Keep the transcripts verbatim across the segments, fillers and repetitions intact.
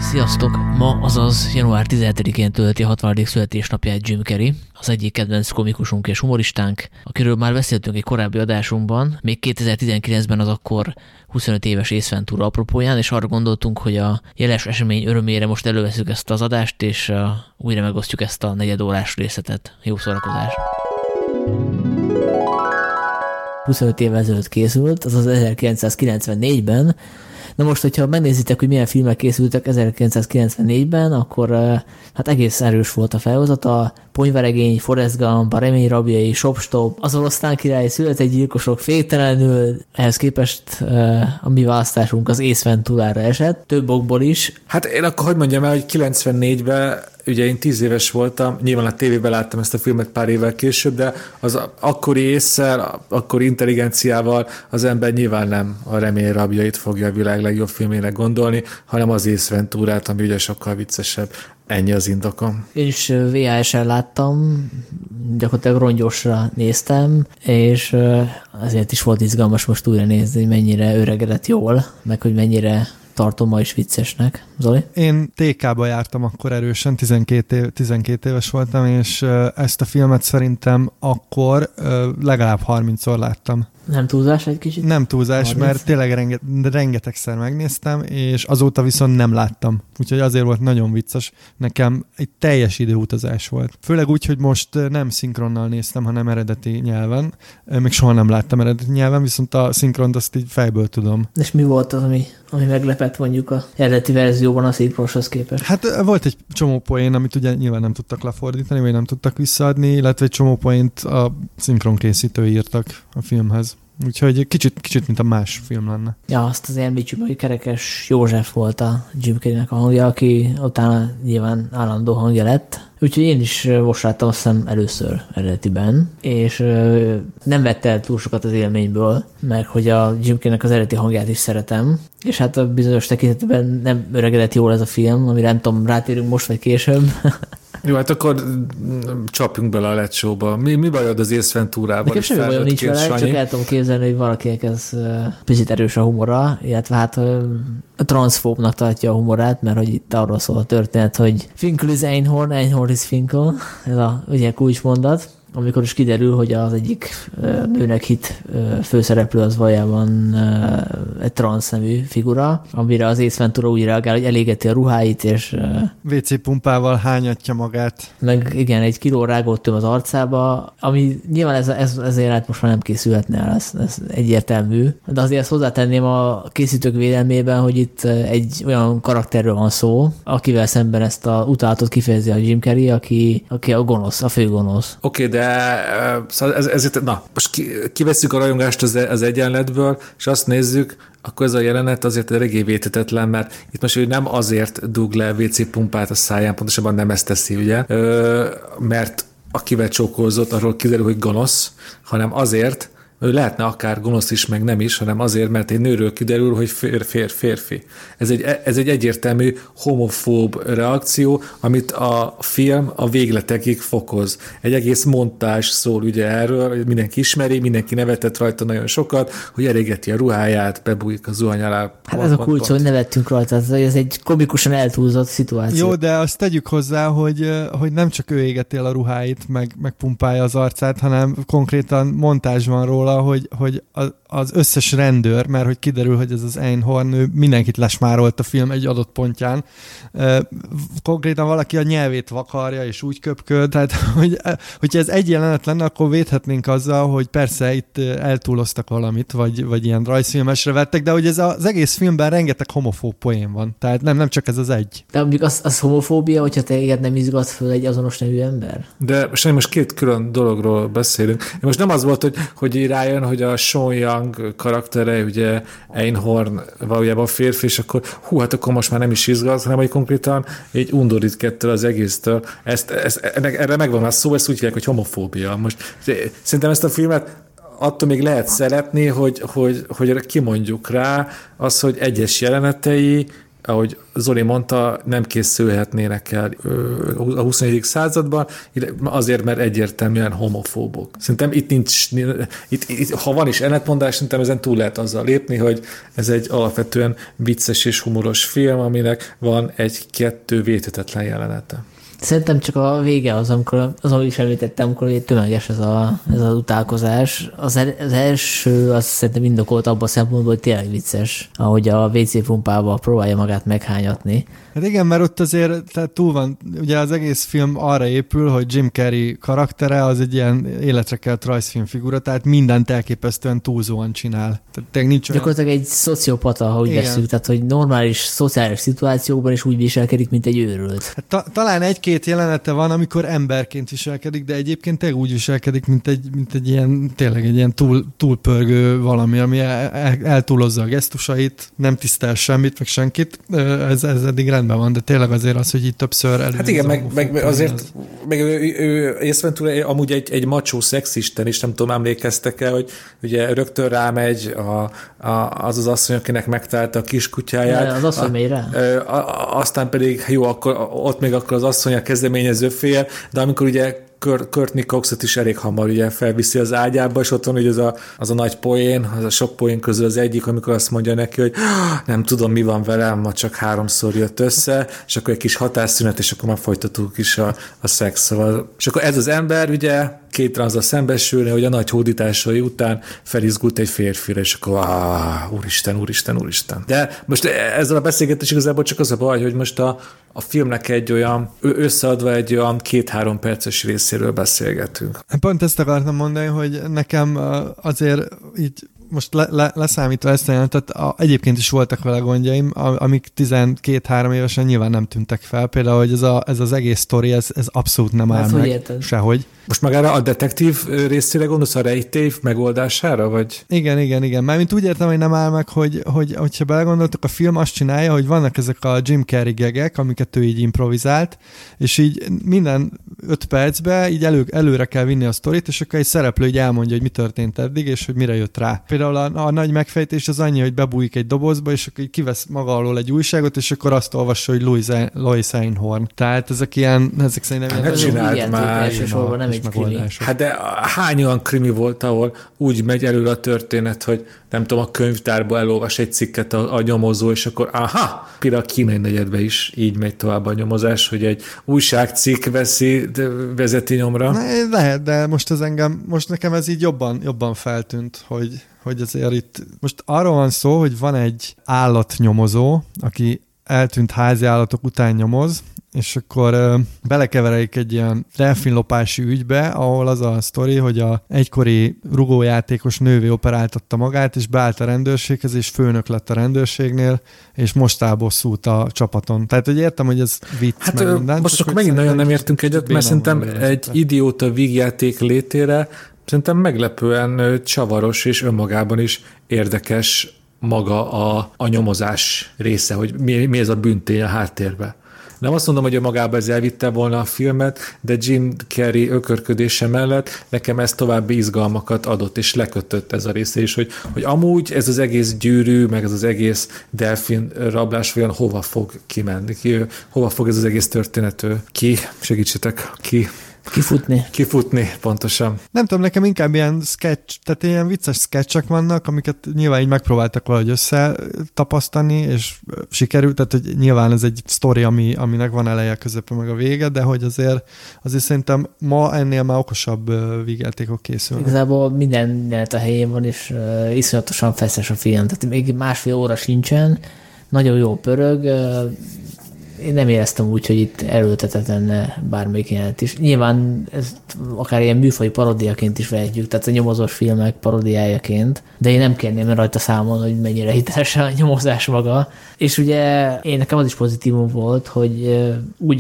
Sziasztok! Ma, azaz január tizenhetedikén tölti a hatvanadik születésnapját Jim Carrey, az egyik kedvenc komikusunk és humoristánk, akiről már beszéltünk egy korábbi adásunkban, még kétezer-tizenkilencben az akkor huszonöt éves Ace Ventura apropóján, és arra gondoltunk, hogy a jeles esemény örömére most előveszünk ezt az adást, és uh, újra megosztjuk ezt a negyedórás részletet. Jó szórakozás! huszonöt évvel ezelőtt készült, azaz ezerkilencszázkilencvennégyben. Na most, hogyha megnézitek, hogy milyen filmek készültek ezerkilencszázkilencvennégyben, akkor hát egész erős volt a felhozata. Ponyveregény, Forrest Gump, a Remény rabjai, Shop-stop, az Oroszlán király, Született gyilkosok, Féktelenül. Ehhez képest a mi választásunk az Ace Venturára esett, több okból is. Hát én akkor hogy mondjam el, hogy kilencvennégyben ugye én tíz éves voltam, nyilván a tévében láttam ezt a filmet pár évvel később, de az akkori ésszel, akkori intelligenciával az ember nyilván nem a Remény rabjait fogja a világ legjobb filmének gondolni, hanem az Ace Venturát, ami ugye sokkal viccesebb. Ennyi az indokom. Én is vé há es-en láttam, gyakorlatilag rongyosra néztem, és ezért is volt izgalmas most újra nézni, hogy mennyire öregedett jól, meg hogy mennyire tartom ma is viccesnek. Zoli? Én té ká-ba jártam akkor erősen, tizenkét, év, tizenkét éves voltam, és ezt a filmet szerintem akkor legalább harmincszor láttam. Nem túlzás egy kicsit? Nem túlzás, harminc mert tényleg renge, rengetegszer megnéztem, és azóta viszont nem láttam. Úgyhogy azért volt nagyon vicces. Nekem egy teljes időutazás volt. Főleg úgy, hogy most nem szinkronnal néztem, hanem eredeti nyelven. Még soha nem láttam eredeti nyelven, viszont a szinkront azt így fejből tudom. És mi volt az, ami, ami meglepett mondjuk a eredeti verzióban a szinkronoshoz képest? Hát volt egy csomó poén, amit ugye nyilván nem tudtak lefordítani, vagy nem tudtak visszaadni, illetve egy csomó poént a szinkron készítői írtak a filmhez. Úgyhogy kicsit, kicsit, mint a más film lenne. Ja, azt az említsük, hogy Kerekes József volt a Jim Carreynek a hangja, aki utána nyilván állandó hangja lett. Úgyhogy én is most láttam azt hiszem először eredetiben, és nem vette el túl sokat az élményből, meg hogy a Jim Carreynek az eredeti hangját is szeretem, és hát a bizonyos tekintetben nem öregedett jól ez a film, amire nem tudom, rátérünk most vagy később. Jó, hát akkor csapjunk bele a lecsóba. Mi, mi bajod az Ace Venturával? Nekem semmi bajom nincs vele, Sanyi? Csak el tudom képzelni, hogy valakinek ez picit erős a humora, illetve hát a transzfóbnak tartja a humorát, mert hogy itt arról szól a történet, hogy Finkel is Einhorn, Einhorn is Finkel, ez a ugye kulcsmondat, amikor is kiderül, hogy az egyik nőnek hit főszereplő az valójában egy transz nevű figura, amire az Ace Ventura úgy reagál, hogy elégeti a ruháit, és vé cé pumpával hányatja magát. Meg igen, egy kiló rágót töm az arcába, ami nyilván ez, ez, ezért hát most már nem készülhetne el, ez, ez egyértelmű. De azért ezt hozzátenném a készítők védelmében, hogy itt egy olyan karakterről van szó, akivel szemben ezt a utálatot kifejezi a Jim Carrey, aki, aki a gonosz, a főgonosz. Oké, okay, de szóval ez, ezért, na, most ki, kivesszük a rajongást az, az egyenletből, és azt nézzük, akkor ez a jelenet azért eléggé vétetetlen, mert itt most ő nem azért dug le vé cé pumpát a száján, pontosabban nem ezt teszi, ugye, Ö, mert akivel csókolzott, arról kiderül, hogy gonosz, hanem azért, ő lehetne akár gonosz is, meg nem is, hanem azért, mert egy nőről kiderül, hogy fér, fér, férfi. Ez egy, ez egy egyértelmű homofób reakció, amit a film a végletekig fokoz. Egy egész montázs szól ugye erről, mindenki ismeri, mindenki nevetett rajta nagyon sokat, hogy elégeti a ruháját, bebújik a zuhany alá. Hát ez a kulcs, hogy nevettünk rajta, ez egy komikusan eltúlzott szituáció. Jó, de azt tegyük hozzá, hogy, hogy nem csak ő égeti el a ruháit, meg, meg pumpálja az arcát, hanem konkrétan montázs van róla, hogy, hogy az összes rendőr, mert hogy kiderül, hogy ez az Einhorn, ő mindenkit lesmárolt a film egy adott pontján. Konkrétan valaki a nyelvét vakarja, és úgy köpköd, tehát hogy, hogyha ez egy jelenet lenne, akkor védhetnénk azzal, hogy persze itt eltúloztak valamit, vagy, vagy ilyen rajzfilmesre vettek, de hogy ez az egész filmben rengeteg homofób poén van. Tehát nem, nem csak ez az egy. De mondjuk az, az homofóbia, hogyha téged nem izgat föl egy azonos nevű ember? De most, most két külön dologról beszélünk. Most nem az volt, hogy, hogy rájön, hogy a Sean Young karaktere, ugye Einhorn valójában férfi, és akkor hú, hát akkor most már nem is izgat, hanem hogy konkrétan egy undorít ettől az egésztől. Ezt, ezt, erre megvan a szó, ezt úgy hívják, hogy homofóbia. Most szerintem ezt a filmet attól még lehet szeretni, hogy, hogy, hogy kimondjuk rá az, hogy egyes jelenetei ahogy Zoli mondta, nem készülhetnének el a huszonegyedik században, azért, mert egyértelműen homofóbok. Szerintem itt nincs, itt, itt, ha van is ellentmondás, szerintem ezen túl lehet azzal lépni, hogy ez egy alapvetően vicces és humoros film, aminek van egy-kettő védhetetlen jelenete. Szerintem csak a vége az, amikor, azon is említettem, amikor tömeges ez, a, ez az utálkozás. Az, el, az első, az szerintem indokolt abban a szempontból, hogy tényleg vicces, ahogy a vé cé pumpával próbálja magát meghányatni. Hát igen, mert ott azért tehát túl van, ugye az egész film arra épül, hogy Jim Carrey karaktere az egy ilyen életre kelt rajzfilm figura, tehát mindent elképesztően túlzóan csinál. Tehát nincs olyan... Gyakorlatilag egy szociopata, ha úgy veszünk, tehát hogy normális szociális szituációkban is úgy viselkedik, mint egy őrült. Hát ta- talán egy-két jelenete van, amikor emberként viselkedik, de egyébként tényleg úgy viselkedik, mint egy, mint egy ilyen, tényleg egy ilyen túl, túlpörgő valami, ami el, el, eltúlozza a gesztusait, nem tisztel semmit, meg senkit. Ez, ez eddig rendben van, de tényleg azért az, hogy itt többször elő. Hát igen, meg, meg azért meg ő, ő, ő amúgy egy, egy macsó szexisten is, nem tudom, emlékeztek el, hogy ugye rögtön rámegy a, a, az az asszony, akinek megtalálta a kiskutyáját. De az asszony mélyre? Aztán pedig jó, akkor ott még akkor az asszony a kezdeményező fél, de amikor ugye Courtney Coxot is elég hamar ugye felviszi az ágyába, és ott van ugye az a, az a nagy poén, az a sok poén közül az egyik, amikor azt mondja neki, hogy nem tudom, mi van velem, ma csak háromszor jött össze, és akkor egy kis határszünet, és akkor már folytatók is a, a szex. Szóval. És akkor ez az ember ugye két transzal szembesülni, hogy a nagy hódításai után felizgult egy férfire, és akkor áh, úristen, úristen, úristen. De most ezzel a beszélgetés igazából csak az a baj, hogy most a, a filmnek egy olyan, összeadva egy olyan két-három perces részéről beszélgetünk. Pont ezt akartam mondani, hogy nekem azért így most le, le, leszámítva ezt a jelentet, a, egyébként is voltak vele gondjaim, amik tizenkét-három évesen nyilván nem tűntek fel. Például, hogy ez, a, ez az egész sztori, ez, ez abszolút nem áll hát, meg érted? Sehogy. Most magára a detektív részére gondolsz, a rejtély megoldására, vagy? Igen, igen, igen. Mármint úgy értem, hogy nem áll meg, hogy, hogy hogyha belegondoltok, a film azt csinálja, hogy vannak ezek a Jim Carrey gegek, amiket ő így improvizált, és így minden öt percben így elő, előre kell vinni a sztorit, és akkor egy szereplő így elmondja, hogy mi történt eddig, és hogy mire jött rá. Például a, a nagy megfejtés az annyi, hogy bebújik egy dobozba, és akkor kivesz maga alól egy újságot, és akkor azt olvassa, hogy Louis, Lois Einhorn. Tehát ezek ilyen, ezek szerintem hát ilyen... Csináld már. Nem egy krimi. Hát de hány olyan krimi volt, ahol úgy megy előre a történet, hogy nem tudom, a könyvtárba elolvas egy cikket a, a nyomozó, és akkor aha, például a kínai negyedbe is így megy tovább a nyomozás, hogy egy újságcikk veszi, vezeti nyomra. Na, lehet, de most ez engem, most nekem ez így jobban, jobban feltűnt, hogy, hogy azért itt, most arról van szó, hogy van egy állatnyomozó, aki eltűnt házi állatok után nyomoz, és akkor uh, belekeveredik egy ilyen delfinlopási ügybe, ahol az a sztori, hogy a egykori rugójátékos nővé operáltatta magát, és beállt a rendőrséghez, és főnök lett a rendőrségnél, és most áll bosszút a csapaton. Tehát, hogy értem, hogy ez vicc, hát, meg minden. Most csak megint nagyon nem értünk egyet, mert szerintem egy idióta vígjáték létére szerintem meglepően csavaros, és önmagában is érdekes maga a, a nyomozás része, hogy mi, mi ez a bűntény a háttérben. Nem azt mondom, hogy ő magában ez elvitte volna a filmet, de Jim Carrey ökörködése mellett nekem ez további izgalmakat adott, és lekötött ez a része is, hogy, hogy amúgy ez az egész gyűrű, meg ez az egész delfin rablás olyan hova fog kimenni, ki, hova fog ez az egész történet ki, segítsetek, ki. Kifutni. Kifutni, pontosan. Nem tudom, nekem inkább ilyen sketch, tehát ilyen vicces sketchek vannak, amiket nyilván így megpróbáltak valahogy összetapasztani, és sikerült, tehát hogy nyilván ez egy sztori, ami, aminek van eleje, közepe, meg a vége, de hogy azért, azért szerintem ma ennél már okosabb vígjátékok készülnek. Igazából minden a helyén van, és uh, iszonyatosan feszes a film, tehát még másfél óra sincsen, nagyon jó pörög, uh, én nem éreztem úgy, hogy itt erőltetett lenne bármelyik jelent is. Nyilván ez akár ilyen műfaji paródiaként is vehetjük, tehát a nyomozós filmek paródiájaként, de én nem kérném rajta számon, hogy mennyire hiteles a nyomozás maga. És ugye én nekem az is pozitívum volt, hogy úgy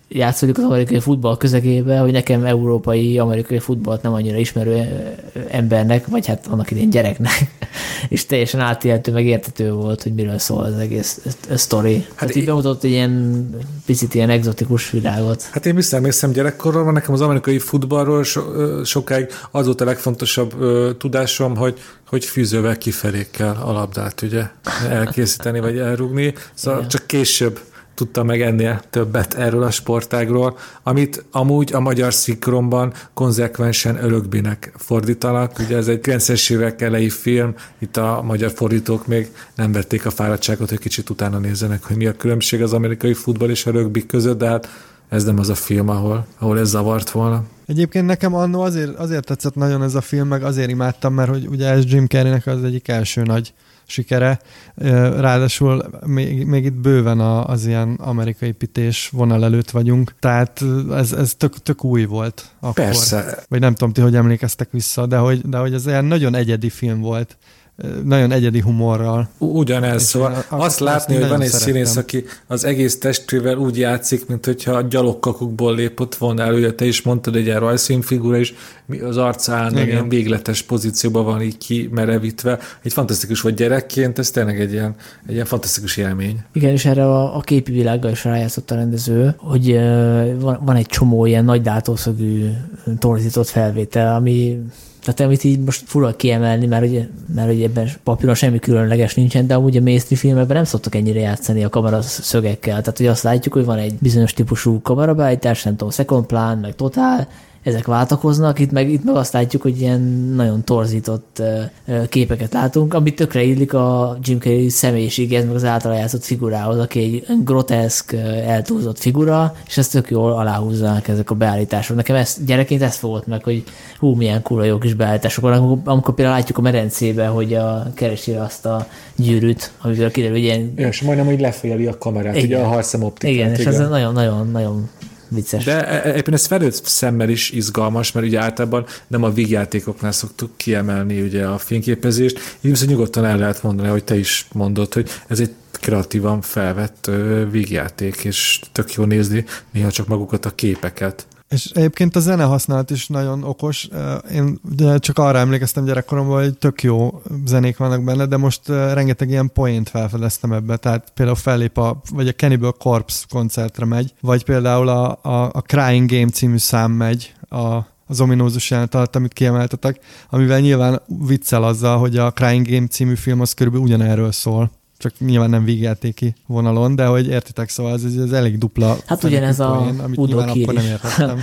játszódik az amerikai futball közegébe, hogy nekem európai, amerikai futballt nem annyira ismerő embernek, vagy hát annak idén gyereknek, és teljesen átélhető, meg értető volt, hogy miről szól az egész sztori. Hát Tehát így bemutatott egy ilyen picit ilyen egzotikus világot. Hát én visszaemlékszem gyerekkorról, nekem az amerikai futballról so, sokáig az volt a legfontosabb ö, tudásom, hogy, hogy fűzővel kifelé kell a labdát ugye elkészíteni, vagy elrúgni. Szóval igen. Csak később tudtam meg ennél többet erről a sportágról, amit amúgy a magyar szinkronban konzekvensen Örökbinek fordítanak. Ugye ez egy kilencvenes évek elejé film, itt a magyar fordítók még nem vették a fáradtságot, hogy kicsit utána nézzenek, hogy mi a különbség az amerikai futball és a rögbi között, de hát ez nem az a film, ahol, ahol ez zavart volna. Egyébként nekem annó azért, azért tetszett nagyon ez a film, meg azért imádtam, mert hogy ugye ez Jim Carreynek az egyik első nagy sikere. Ráadásul még, még itt bőven a, az ilyen amerikai pités vonal előtt vagyunk, tehát ez, ez tök, tök új volt akkor. Persze. Vagy nem tudom, ti hogy emlékeztek vissza, de hogy, de hogy ez ilyen nagyon egyedi film volt. Nagyon egyedi humorral. Ugyanez, szóval a, azt látni, hogy van egy szerettem. Színész, aki az egész testvével úgy játszik, mint hogyha gyalogkakukból lépott volna elő, te is mondtad, egy ilyen rajzfilmfigura, és az arcán ilyen végletes pozícióban van így kimerevítve. Egy fantasztikus vagy gyerekként, ez tényleg egy ilyen, egy ilyen fantasztikus élmény. Igen, és erre a, a képi világgal is rájátszott a rendező, hogy uh, van, van egy csomó ilyen nagy látószögű torzított felvétel, ami tehát amit így most fura kiemelni, mert ugye, mert ugye ebben papíron semmi különleges nincsen, de amúgy a mainstream filmekben nem szoktak ennyire játszani a kamera szögekkel. Tehát ugye azt látjuk, hogy van egy bizonyos típusú kamerabeállítás, nem tudom, second plan, meg totál, ezek váltakoznak, itt meg, itt meg azt látjuk, hogy ilyen nagyon torzított uh, képeket látunk, amit tökre illik a Jim Carrey személyiséghez, meg az általa játszott figurához, aki egy groteszk, uh, eltúlzott figura, és ezt tök jól aláhúzzanak ezek a beállítások. Nekem ez, gyerekként ez fogott meg, hogy hú, milyen kurva jó kis beállítások van, amikor, amikor például látjuk a medencébe, hogy a, keresi azt a gyűrűt, amivel kiderül, hogy ilyen... Ja, és majdnem, hogy lefejeli a kamerát, igen. Ugye a harcszemoptikát. Igen, és igen. Ez nagyon-nagyon vicces. De egyébként ez felőtt szemmel is izgalmas, mert ugye általában nem a vígjátékoknál szoktuk kiemelni ugye a fényképezést. Így viszont nyugodtan el lehet mondani, hogy te is mondod, hogy ez egy kreatívan felvett vígjáték, és tök jó nézni néha csak magukat a képeket. És egyébként a zene használat is nagyon okos. Én csak arra emlékeztem gyerekkoromban, hogy tök jó zenék vannak benne, de most rengeteg ilyen poént felfedeztem ebbe. Tehát például fellép a, vagy a Cannibal Corpse koncertre megy, vagy például a, a, a Crying Game című szám megy, a, az ominózus jelenet alatt, amit kiemeltetek, amivel nyilván viccel azzal, hogy a Crying Game című film az körülbelül ugyanerről szól. Csak nyilván nem vígjátéki vonalon, de hogy értitek, szóval ez, ez elég dupla. Hát ugyanez a Udo Kier is,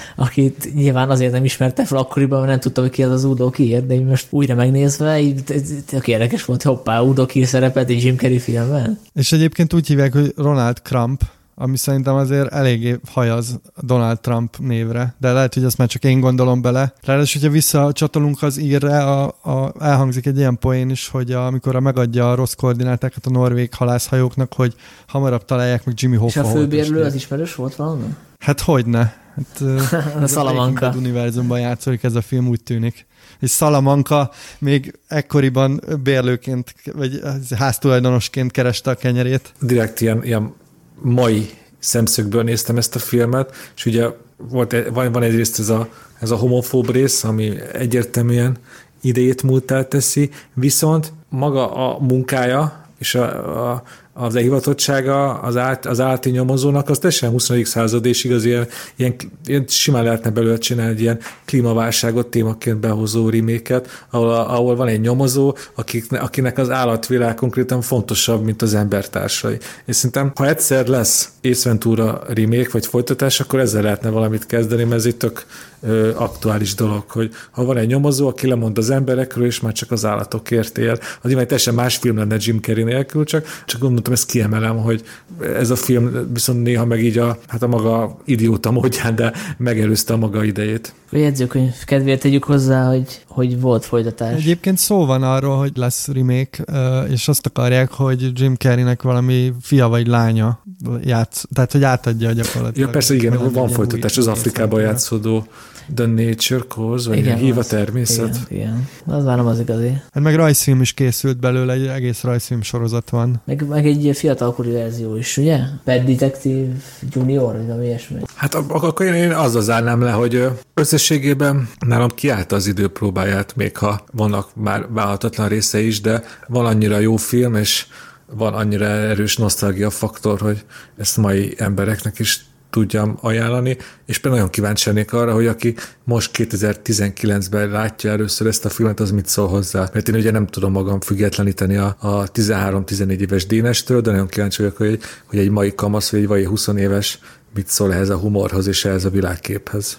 akit nyilván azért nem ismerte fel akkoriban, mert nem tudtam, hogy ki az az Udo Kier, de most újra megnézve, így tök érdekes volt, hoppá, Udo Kier szerepelt egy Jim Carrey filmben. És egyébként úgy hívják, hogy Ronald Crump, ami szerintem azért eléggé hajaz Donald Trump névre, de lehet, hogy ezt már csak én gondolom bele. Ráadásul, hogyha visszacsatolunk az írre, a, a, elhangzik egy ilyen poén is, hogy a, amikor a megadja a rossz koordinátákat a norvég halászhajóknak, hogy hamarabb találják meg Jimmy Hoffa. És a főbérlő az ismerős volt valami? Hát hogyne. Hát, a Salamanca. Az univerzumban játszik ez a film, úgy tűnik. És Salamanca még ekkoriban bérlőként, vagy háztulajdonosként kereste a kenyerét. Direkt ilyen, ilyen mai szemszögből néztem ezt a filmet, és ugye volt, van, van egyrészt ez a, ez a homofób rész, ami egyértelműen idejét múltá teszi, viszont maga a munkája és a, a, az elhivatottsága az, át, az állati nyomozónak, az teljesen huszadik század, és igaz, ilyen, ilyen, ilyen simán lehetne belőle csinálni egy ilyen klímaválságot témaként behozó reméket, ahol, ahol van egy nyomozó, akik, akinek az állatvilág konkrétan fontosabb, mint az embertársai. És szerintem, ha egyszer lesz Ace Ventura remake, vagy folytatás, akkor ezzel lehetne valamit kezdeni, mert ez egy tök ö, aktuális dolog, hogy ha van egy nyomozó, aki lemond az emberekről, és már csak az állatokért él. Az így teljesen más film lenne Jim Carrey nélkül, csak, csak gondoltam, ezt kiemelem, hogy ez a film viszont néha meg így a, hát a maga idióta módján, de megelőzte a maga idejét. A jegyzőkönyv kedvéért tegyük hozzá, hogy, hogy volt folytatás. Egyébként szó van arról, hogy lesz remake, és azt akarják, hogy Jim Carreynek valami fia vagy lánya játsz, tehát hogy átadja gyakorlatilag. Ja, persze, igen, van folytatás az Afrikában játszódó The Nature Cause, vagy igen, Hív a természet. Igen, igen, az már nem az igazi. Hát meg rajzfilm is készült belőle, egy egész rajzfilm sorozat van. Meg, meg egy fiatalkori verzió is, ugye? Pet Detective Junior, vagy ami ilyesmi. Hát akkor én azzal zárnám le, hogy összességében nálam kiállta az idő próbáját, még ha vannak már válhatatlan része is, de van annyira jó film, és van annyira erős nosztalgia faktor, hogy ezt mai embereknek is tudjam ajánlani, és például nagyon kíváncsi lennék arra, hogy aki most kétezer-tizenkilencben látja először ezt a filmet, az mit szól hozzá. Mert én ugye nem tudom magam függetleníteni a, a tizenhárom-tizenégy éves Dénestől, de nagyon kíváncsi vagyok, hogy, hogy egy mai kamasz, vagy egy mai húsz éves mit szól ehhez a humorhoz és ehhez a világképhez.